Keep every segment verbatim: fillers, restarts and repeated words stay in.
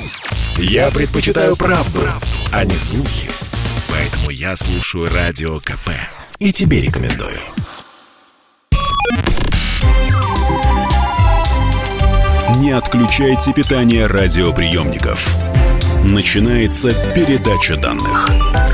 Я предпочитаю правду, правду, а не слухи. Поэтому я слушаю Радио КП. И тебе рекомендую. Не отключайте питание радиоприемников. Начинается передача данных.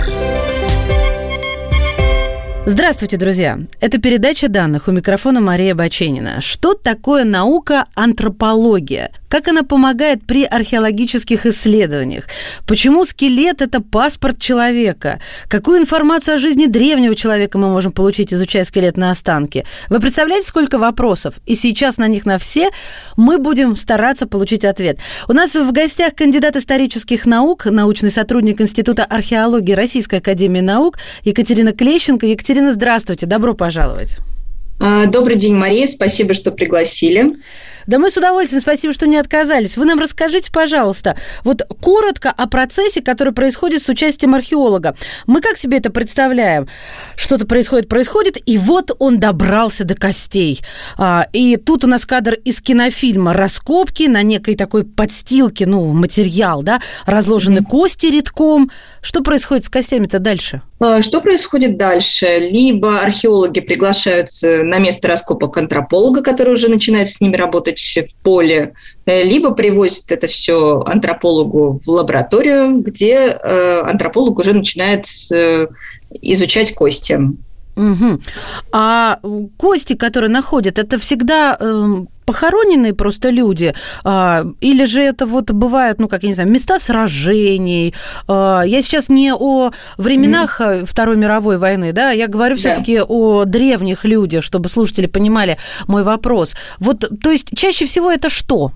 Здравствуйте, друзья! Это передача данных. У микрофона Мария Баченина. Что такое наука антропология? Как она помогает при археологических исследованиях? Почему скелет – это паспорт человека? Какую информацию о жизни древнего человека мы можем получить, изучая скелетные останки? Вы представляете, сколько вопросов? И сейчас на них на все мы будем стараться получить ответ. У нас в гостях кандидат исторических наук, научный сотрудник Института археологии Российской академии наук Екатерина Клещенко. Екатерина, здравствуйте, добро пожаловать. Добрый день, Мария, спасибо, что пригласили. Да мы с удовольствием, спасибо, что не отказались. Вы нам расскажите, пожалуйста, вот коротко о процессе, который происходит с участием археолога. Мы как себе это представляем? Что-то происходит, происходит, и вот он добрался до костей. И тут у нас кадр из кинофильма «Раскопки», на некой такой подстилке, ну, материал, да, разложены mm-hmm. кости редком. Что происходит с костями-то дальше? Что происходит дальше? Либо археологи приглашаются на место раскопок антрополога, который уже начинает с ними работать в поле, либо привозят это все антропологу в лабораторию, где антрополог уже начинает изучать кости. Угу. А кости, которые находят, это всегда э, похороненные просто люди? Э, или же это вот бывают, ну, как я не знаю, места сражений? Э, я сейчас не о временах mm. Второй мировой войны, да, я говорю да. все-таки о древних людях, чтобы слушатели понимали мой вопрос. Вот, то есть чаще всего это что?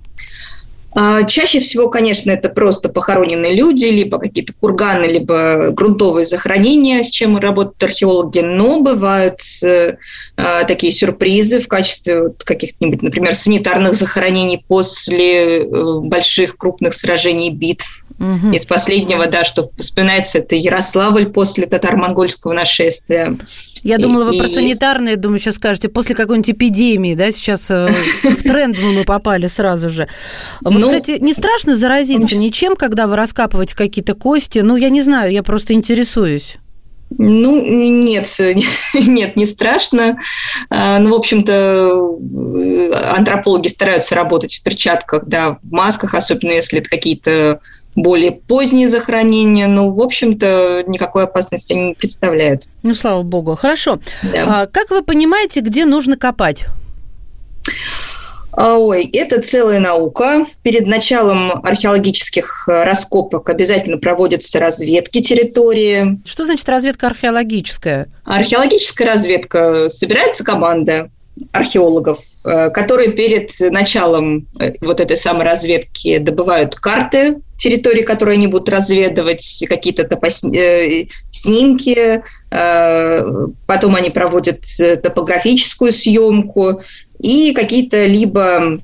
Чаще всего, конечно, это просто похороненные люди, либо какие-то курганы, либо грунтовые захоронения, с чем работают археологи, но бывают э, такие сюрпризы в качестве вот каких-нибудь, например, санитарных захоронений после э, больших крупных сражений, битв. Угу. Из последнего, да, что вспоминается, это Ярославль после татаро-монгольского нашествия. Я думала, вы и... про санитарные, думаю, сейчас скажете, после какой-нибудь эпидемии, да, сейчас в тренд мы попали сразу же. Вот, ну, кстати, не страшно заразиться ну, ничем, когда вы раскапываете какие-то кости? Ну, я не знаю, я просто интересуюсь. Ну, нет, нет, не страшно. Ну, в общем-то, антропологи стараются работать в перчатках, да, в масках, особенно если это какие-то более поздние захоронения, но, в общем-то, никакой опасности они не представляют. Ну, слава богу. Хорошо. Да. А как вы понимаете, где нужно копать? Ой, это целая наука. Перед началом археологических раскопок обязательно проводятся разведки территории. Что значит разведка археологическая? Археологическая разведка. Собирается команда археологов, которые перед началом вот этой самой разведки добывают карты территории, которые они будут разведывать, какие-то топос... снимки, потом они проводят топографическую съемку и какие-то либо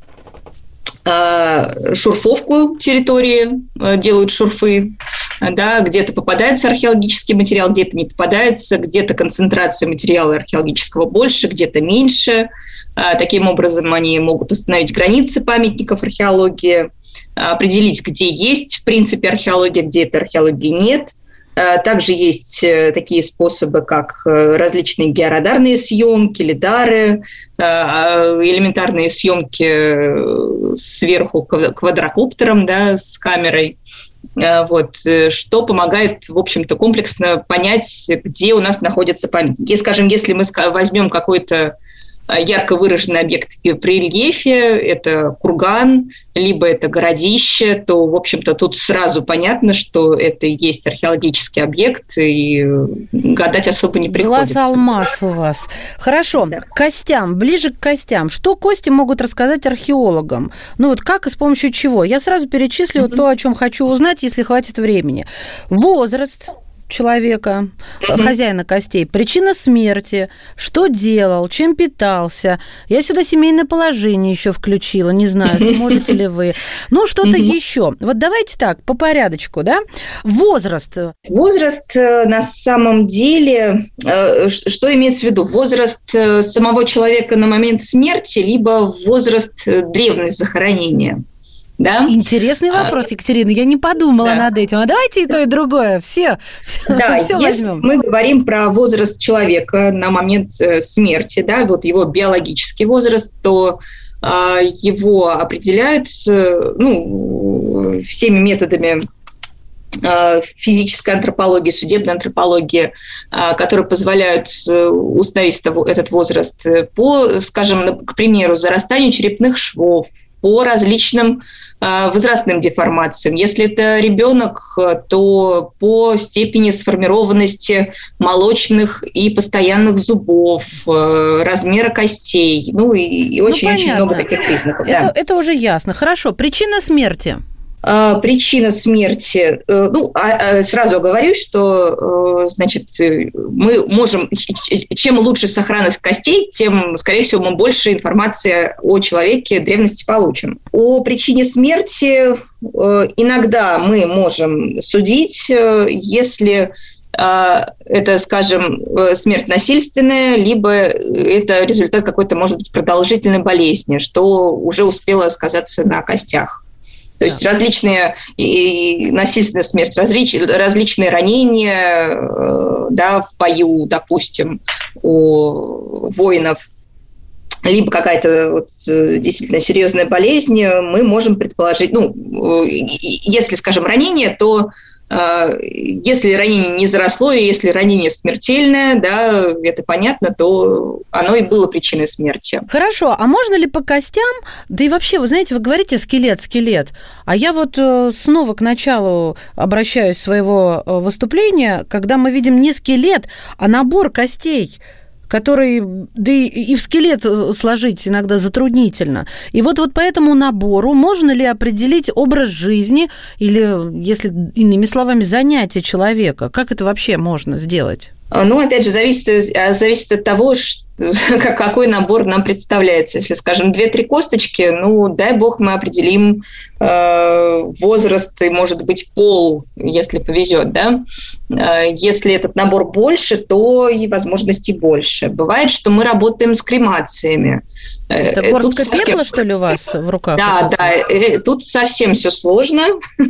шурфовку территории, делают шурфы, да, где-то попадается археологический материал, где-то не попадается, где-то концентрация материала археологического больше, где-то меньше. Таким образом, они могут установить границы памятников археологии, определить, где есть, в принципе, археология, где этой археологии нет. Также есть такие способы, как различные георадарные съемки, лидары, элементарные съемки сверху квадрокоптером, да, с камерой. Вот, что помогает, в общем-то, комплексно понять, где у нас находятся памятники. И, скажем, если мы возьмем какой-то ярко выраженный объект в рельефе, это курган, либо это городище, то, в общем-то, тут сразу понятно, что это и есть археологический объект, и гадать особо не приходится. Глаз алмаз у вас. Хорошо, да. К костям, ближе к костям. Что кости могут рассказать археологам? Ну вот как и с помощью чего? Я сразу перечислю mm-hmm. то, о чем хочу узнать, если хватит времени. Возраст человека, mm-hmm. хозяина костей, причина смерти, что делал, чем питался. Я сюда семейное положение еще включила, не знаю, сможете ли вы. Ну, что-то mm-hmm. еще. Вот давайте так, по порядочку, да? Возраст. Возраст на самом деле, что имеется в виду? Возраст самого человека на момент смерти, либо возраст древность захоронения. Да? Интересный вопрос, Екатерина. Я не подумала да. над этим. А давайте и то, и другое. Все, да, все если возьмем. Мы говорим про возраст человека на момент смерти, да, вот его биологический возраст, то а, его определяют ну, всеми методами физической антропологии, судебной антропологии, которые позволяют установить этот возраст по, скажем, к примеру, зарастанию черепных швов, по различным возрастным деформациям. Если это ребенок, то по степени сформированности молочных и постоянных зубов, размера костей, ну и, и очень-очень ну, много таких признаков. Это, да. это уже ясно. Хорошо. Причина смерти? Причина смерти, ну, сразу говорю, что, значит, мы можем, чем лучше сохранность костей, тем, скорее всего, мы больше информации о человеке древности получим. О причине смерти иногда мы можем судить, если это, скажем, смерть насильственная, либо это результат какой-то, может быть, продолжительной болезни, что уже успело сказаться на костях. То есть да. различные и насильственная смерть, различ, различные ранения да, в бою, допустим, у воинов, либо какая-то вот, действительно серьезная болезнь, мы можем предположить, ну, если, скажем, ранение, то если ранение не заросло, и если ранение смертельное, да, это понятно, то оно и было причиной смерти. Хорошо, а можно ли по костям, да и вообще, вы знаете, вы говорите скелет, скелет, а я вот снова к началу обращаюсь своего выступления, когда мы видим не скелет, а набор костей, который, да и, и в скелет сложить иногда затруднительно. И вот, вот по этому набору можно ли определить образ жизни или, если иными словами, занятие человека? Как это вообще можно сделать? Ну, опять же, зависит, зависит от того, что, какой набор нам представляется. Если, скажем, две-три косточки, ну, дай бог, мы определим э, возраст и, может быть, пол, если повезет, да. Если этот набор больше, то и возможностей больше. Бывает, что мы работаем с кремациями. Это горстка совсем... пепла, что ли, у вас в руках? Да, да, тут совсем все сложно,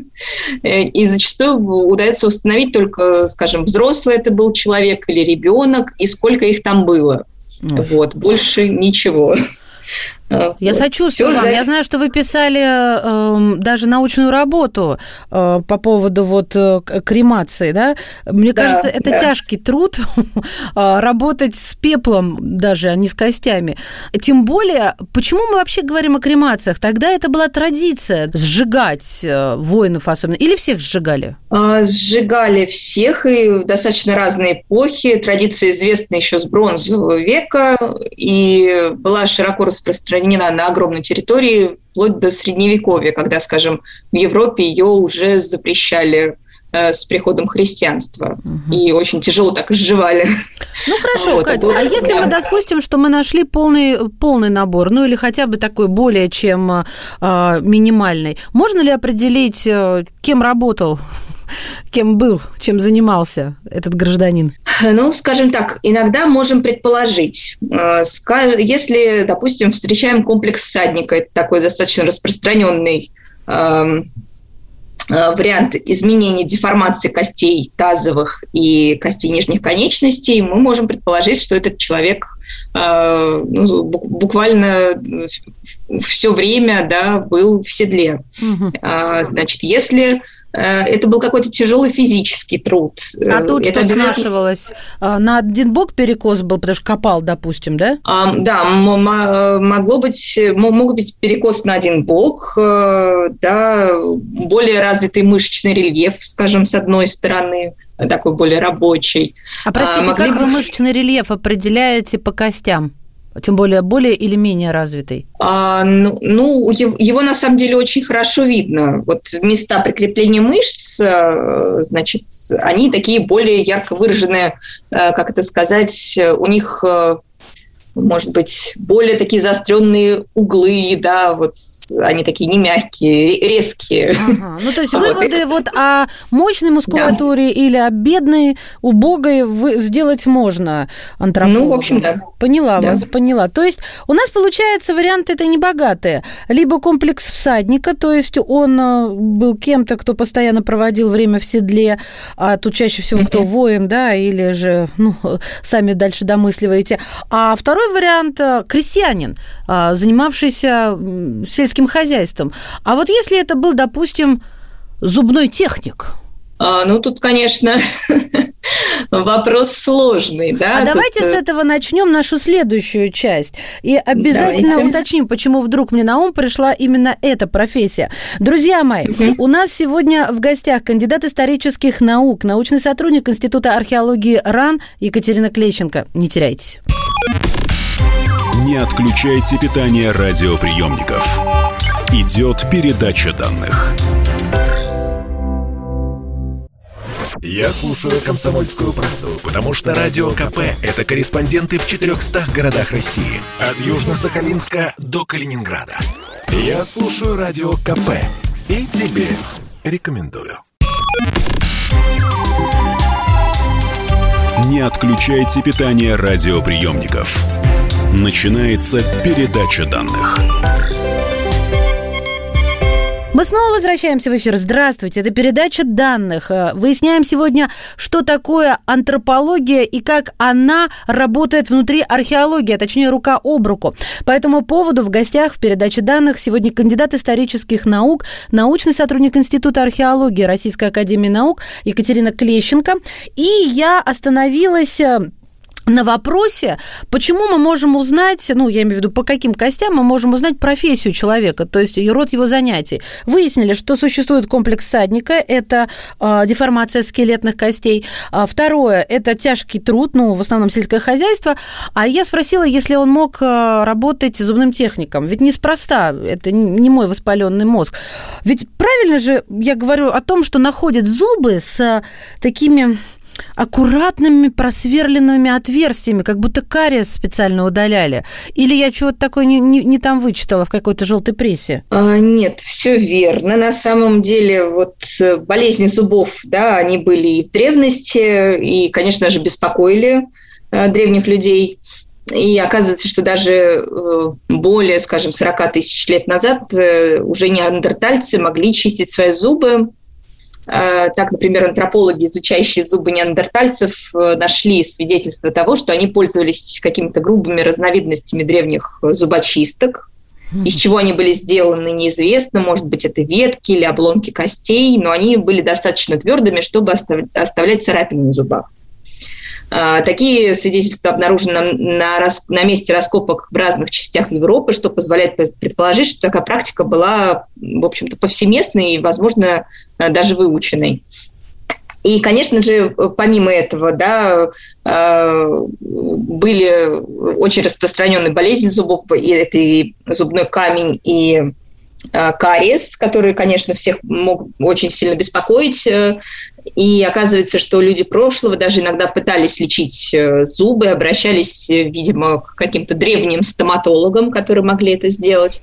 и зачастую удается установить только, скажем, взрослый это был человек или ребенок, и сколько их там было. Mm. Вот, больше ничего. Я вот. сочувствую вам. За... Я знаю, что вы писали э, даже научную работу э, по поводу вот э, кремации, да? Мне да, кажется, это да. тяжкий труд работать с пеплом даже, а не с костями. Тем более, почему мы вообще говорим о кремациях? Тогда это была традиция сжигать воинов особенно. Или всех сжигали? Сжигали всех, и в достаточно разные эпохи. Традиция известна еще с бронзового века, и была широко распространена на огромной территории вплоть до Средневековья, когда, скажем, в Европе ее уже запрещали э, с приходом христианства. Угу. И очень тяжело так изживали. Ну, хорошо, вот, Катя, а, а если да. мы допустим, что мы нашли полный, полный набор, ну, или хотя бы такой более чем э, минимальный, можно ли определить, э, кем работал, кем был, чем занимался этот гражданин? Ну, скажем так, иногда можем предположить. Если, допустим, встречаем комплекс всадника, это такой достаточно распространенный вариант изменения деформации костей тазовых и костей нижних конечностей, мы можем предположить, что этот человек ну, буквально все время да, был в седле. Угу. Значит, если это был какой-то тяжелый физический труд. А тут это что снашивалось? На один бок перекос был, потому что копал, допустим, да? А, да, могло быть, мог быть перекос на один бок, да, более развитый мышечный рельеф, скажем, с одной стороны, такой более рабочий. А простите, а, как быть... вы мышечный рельеф определяете по костям? Тем более, более или менее развитый? А, ну, ну, его на самом деле очень хорошо видно. Вот места прикрепления мышц, значит, они такие более ярко выраженные, как это сказать, у них может быть, более такие заостренные углы, да, вот они такие не мягкие, резкие. Ага. Ну, то есть выводы вот о мощной мускулатуре, да, или о бедной, убогой вы сделать можно антропологам. Ну, в общем, да. Поняла да. вас, поняла. То есть у нас, получается, варианты это небогатые. Либо комплекс всадника, то есть он был кем-то, кто постоянно проводил время в седле, а тут чаще всего кто воин, да, или же, ну, сами дальше домысливаете. А второй вариант – крестьянин, занимавшийся сельским хозяйством. А вот если это был, допустим, зубной техник? А, ну, тут, конечно, вопрос сложный, да. А давайте тут... с этого начнем нашу следующую часть. И обязательно давайте. уточним, почему вдруг мне на ум пришла именно эта профессия. Друзья мои, угу. у нас сегодня в гостях кандидат исторических наук, научный сотрудник Института археологии РАН Екатерина Клещенко. Не теряйтесь. Не отключайте питание радиоприемников. Идет передача данных. Я слушаю «Комсомольскую правду», потому что Радио КП – это корреспонденты в четырехстах городах России. От Южно-Сахалинска до Калининграда. Я слушаю Радио КП и тебе рекомендую. Не отключайте питание радиоприемников. Начинается передача данных. Мы снова возвращаемся в эфир. Здравствуйте, это передача данных. Выясняем сегодня, что такое антропология и как она работает внутри археологии, а точнее рука об руку. По этому поводу в гостях в передаче данных сегодня кандидат исторических наук, научный сотрудник Института археологии Российской академии наук Екатерина Клещенко. И я остановилась на вопросе, почему мы можем узнать, ну, я имею в виду, по каким костям мы можем узнать профессию человека, то есть род его занятий. Выяснили, что существует комплекс всадника, это э, деформация скелетных костей. А второе, это тяжкий труд, ну, в основном сельское хозяйство. А я спросила, если он мог работать зубным техником. Ведь неспроста, это не мой воспаленный мозг. Ведь правильно же я говорю о том, что находят зубы с такими аккуратными просверленными отверстиями, как будто кариес специально удаляли. Или я чего-то такое не, не, не там вычитала в какой-то желтой прессе? А, нет, все верно. На самом деле вот болезни зубов, да, они были и в древности, и, конечно же, беспокоили а, древних людей. И оказывается, что даже более, скажем, сорок тысяч лет назад уже неандертальцы могли чистить свои зубы. Так, например, антропологи, изучающие зубы неандертальцев, нашли свидетельство того, что они пользовались какими-то грубыми разновидностями древних зубочисток. Из чего они были сделаны, неизвестно. Может быть, это ветки или обломки костей, но они были достаточно твердыми, чтобы оставлять царапины на зубах. Такие свидетельства обнаружены на, на месте раскопок в разных частях Европы, что позволяет предположить, что такая практика была, в общем-то, повсеместной и, возможно, даже выученной. И, конечно же, помимо этого, да, были очень распространенные болезни зубов, и это и зубной камень, и кариес, которые, конечно, всех могут очень сильно беспокоить. И оказывается, что люди прошлого даже иногда пытались лечить зубы, обращались, видимо, к каким-то древним стоматологам, которые могли это сделать.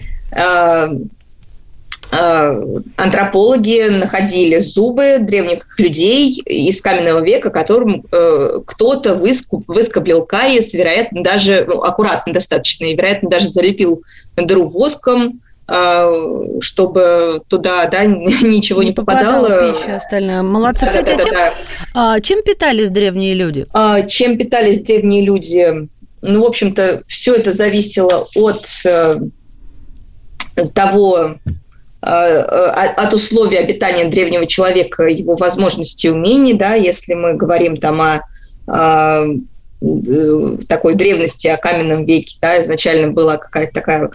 Антропологи находили зубы древних людей из каменного века, которым кто-то выскоблил кариес, вероятно, даже, ну, аккуратно достаточно, и, вероятно, даже залепил дыру воском, чтобы туда, да, ничего не, не попадало. попадала пища остальная. Молодцы. Да, Кстати, да, а чем, да, да. чем питались древние люди? А, чем питались древние люди? Ну, в общем-то, все это зависело от э, того, э, от условий обитания древнего человека, его возможностей и умений, да, если мы говорим там о, о такой древности, о каменном веке, да, изначально была какая-то такая...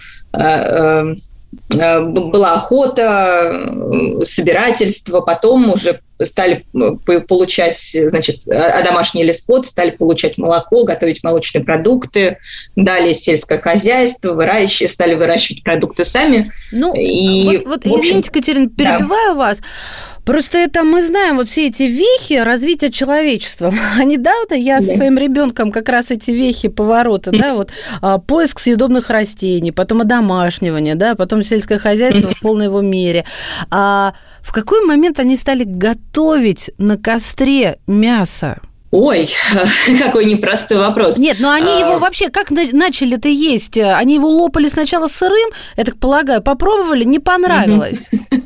Э, э, была охота, собирательство, потом уже стали получать, значит, одомашнили скот, стали получать молоко, готовить молочные продукты, далее сельское хозяйство, выращивали, стали выращивать продукты сами. Ну, и, вот, вот общем, извините, Катерина, перебиваю да. вас. Просто это мы знаем, вот все эти вехи развития человечества. А недавно я да. со своим ребенком как раз эти вехи, повороты, да, вот поиск съедобных растений, потом одомашнивание, да, потом сельское хозяйство в полной его мере. А в какой момент они стали готовить на костре мясо? Ой, какой непростой вопрос. Нет, но они а... его вообще как начали-то есть? Они его лопали сначала сырым, я так полагаю, попробовали, не понравилось.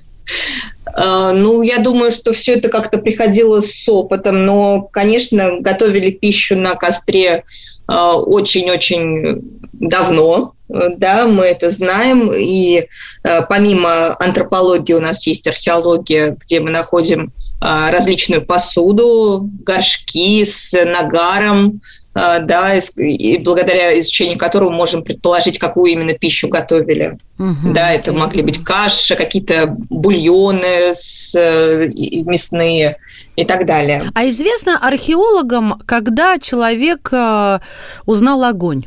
Ну, я думаю, что все это как-то приходило с опытом, но, конечно, готовили пищу на костре очень-очень давно, да, мы это знаем, и помимо антропологии у нас есть археология, где мы находим различную посуду, горшки с нагаром, да, и благодаря изучению которого можем предположить, какую именно пищу готовили. Угу, да, это интересно. Могли быть каши, какие-то бульоны с, мясные и так далее. А известно археологам, когда человек узнал огонь?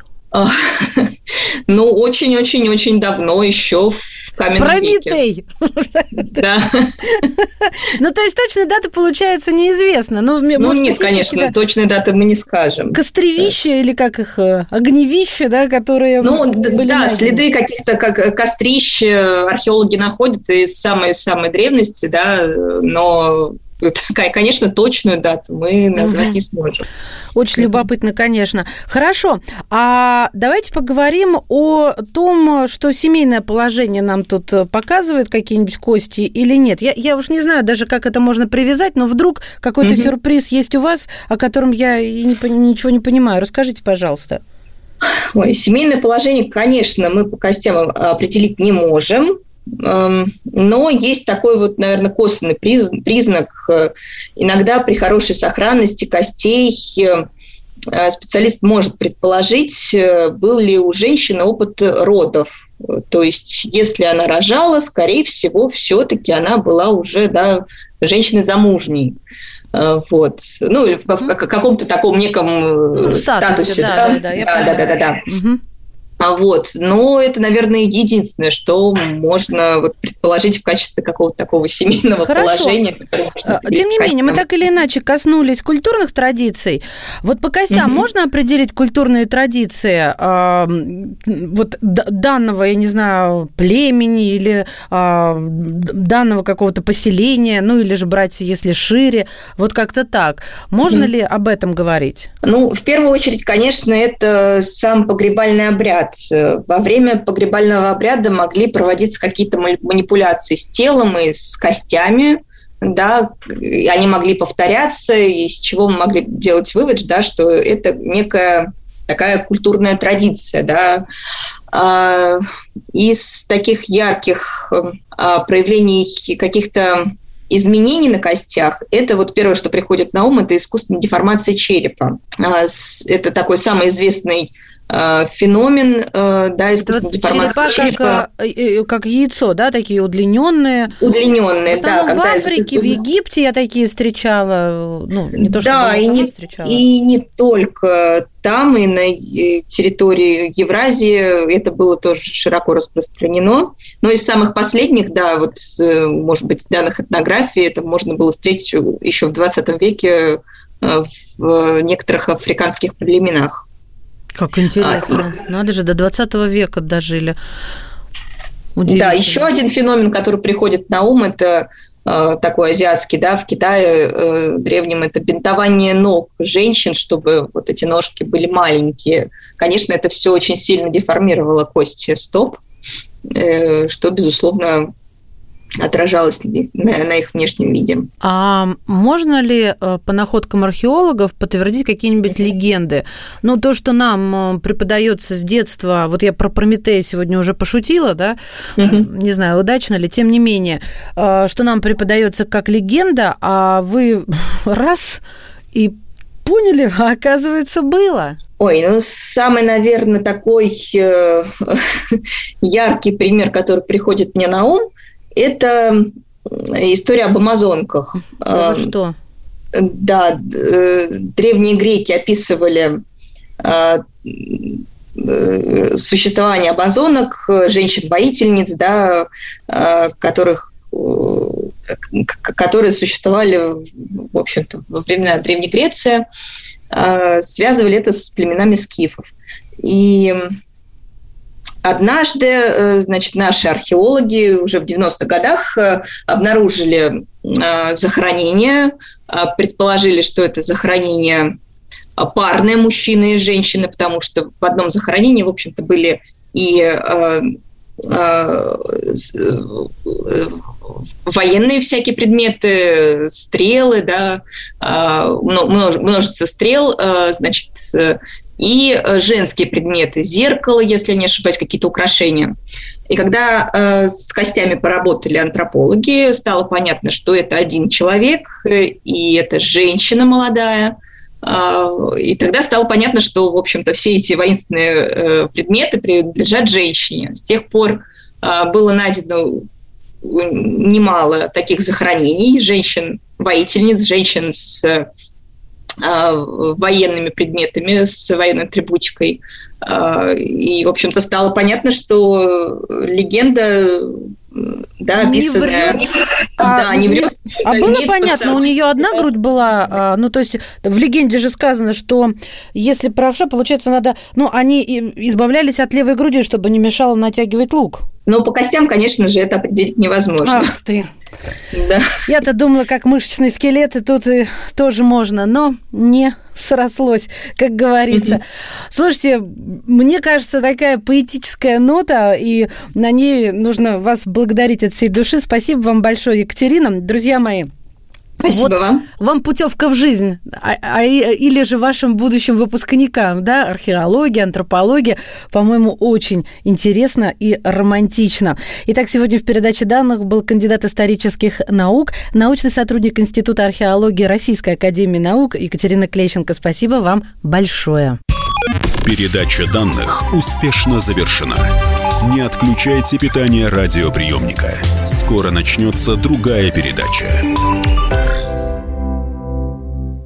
Ну, очень-очень-очень давно, еще в каменном Прометей. веке. Да. Ну, то есть точная дата, получается, неизвестна. Ну, нет, конечно, точной даты мы не скажем. Костревища или как их, огневища, да, которые Ну, да, следы каких-то как кострищ археологи находят из самой-самой древности, да, но... Конечно, точную дату мы назвать угу. не сможем. Очень любопытно, конечно. Хорошо, а давайте поговорим о том, что семейное положение нам тут показывает, какие-нибудь кости или нет. Я, я уж не знаю даже, как это можно привязать, но вдруг какой-то угу. сюрприз есть у вас, о котором я и не, ничего не понимаю. Расскажите, пожалуйста. Ой, семейное положение, конечно, мы по костям определить не можем. Но есть такой вот, наверное, косвенный признак. Иногда при хорошей сохранности костей специалист может предположить, был ли у женщины опыт родов. То есть, если она рожала, скорее всего, все-таки она была уже, да, женщиной замужней. Вот. Ну, в, в каком-то таком неком статусе. статусе да, да, да, да, да, да, да, да. Угу. Вот. Но это, наверное, единственное, что можно вот предположить в качестве какого-то такого семейного Хорошо. положения. Тем не менее, мы так или иначе коснулись культурных традиций. Вот по костям угу. можно определить культурные традиции э, вот данного, я не знаю, племени или э, данного какого-то поселения, ну или же брать, если шире, вот как-то так. Можно угу. ли об этом говорить? Ну, в первую очередь, конечно, это сам погребальный обряд. Во время погребального обряда могли проводиться какие-то манипуляции с телом и с костями, да, они могли повторяться, из чего мы могли делать вывод, да, что это некая такая культурная традиция, да. Из таких ярких проявлений каких-то изменений на костях, это вот первое, что приходит на ум, это искусственная деформация черепа. Это такой самый известный феномен, да, искусственной деформации черепа. Как, как яйцо, да, такие удлиненные. Удлиненные, да. В Африке, в Египте я такие встречала, ну, не то, что да, я и не, встречала. И не только там, и на территории Евразии это было тоже широко распространено. Но из самых последних, да, вот, может быть, данных этнографии, это можно было встретить еще в двадцатом веке в некоторых африканских племенах. Как интересно. А, Надо же, до двадцатого века дожили. Да, еще один феномен, который приходит на ум, это э, такой азиатский, да, в Китае э, древнем, это бинтование ног женщин, чтобы вот эти ножки были маленькие. Конечно, это все очень сильно деформировало кости стоп, э, что, безусловно, отражалось на, на их внешнем виде. А можно ли по находкам археологов подтвердить какие-нибудь легенды? Ну, то, что нам преподается с детства, вот я про Прометея сегодня уже пошутила, да, угу. не знаю, удачно ли, тем не менее, что нам преподается как легенда, а вы раз и поняли, а оказывается, было. Ой, ну, самый, наверное, такой э, яркий пример, который приходит мне на ум, это история об амазонках. Да вы что? Да, древние греки описывали существование амазонок, женщин-воительниц, да, которых, которые существовали, в общем-то, во времена Древней Греции, связывали это с племенами скифов. И однажды, значит, наши археологи уже в девяностых годах обнаружили захоронение, предположили, что это захоронение парные мужчины и женщины, потому что в одном захоронении, в общем-то, были и э, э, военные всякие предметы, стрелы, да, э, множество стрел, э, значит, и женские предметы, зеркало, если я не ошибаюсь, какие-то украшения. И когда э, с костями поработали антропологи, стало понятно, что это один человек, и это женщина молодая. И тогда стало понятно, что, в общем-то, все эти воинственные предметы принадлежат женщине. С тех пор было найдено немало таких захоронений женщин-воительниц, женщин с военными предметами, с военной атрибутикой. И, в общем-то, стало понятно, что легенда, да, описанная... Не да, а, не врет. А было понятно, у нее одна грудь была, ну, то есть в легенде же сказано, что если правша, получается, надо... Ну, они избавлялись от левой груди, чтобы не мешало натягивать лук. Но по костям, конечно же, это определить невозможно. Ах ты! Да. Я-то думала, как мышечный скелет, и тут и тоже можно, но не срослось, как говорится. Mm-hmm. Слушайте, мне кажется, такая поэтическая нота, и на ней нужно вас благодарить от всей души. Спасибо вам большое, Екатерина. Друзья мои, спасибо вот вам. Вам путевка в жизнь, а, а, или же вашим будущим выпускникам, да, археология, антропология, по-моему, очень интересно и романтично. Итак, сегодня в передаче данных был кандидат исторических наук, научный сотрудник Института археологии Российской академии наук Екатерина Клещенко. Спасибо вам большое. Передача данных успешно завершена. Не отключайте питание радиоприемника. Скоро начнется другая передача.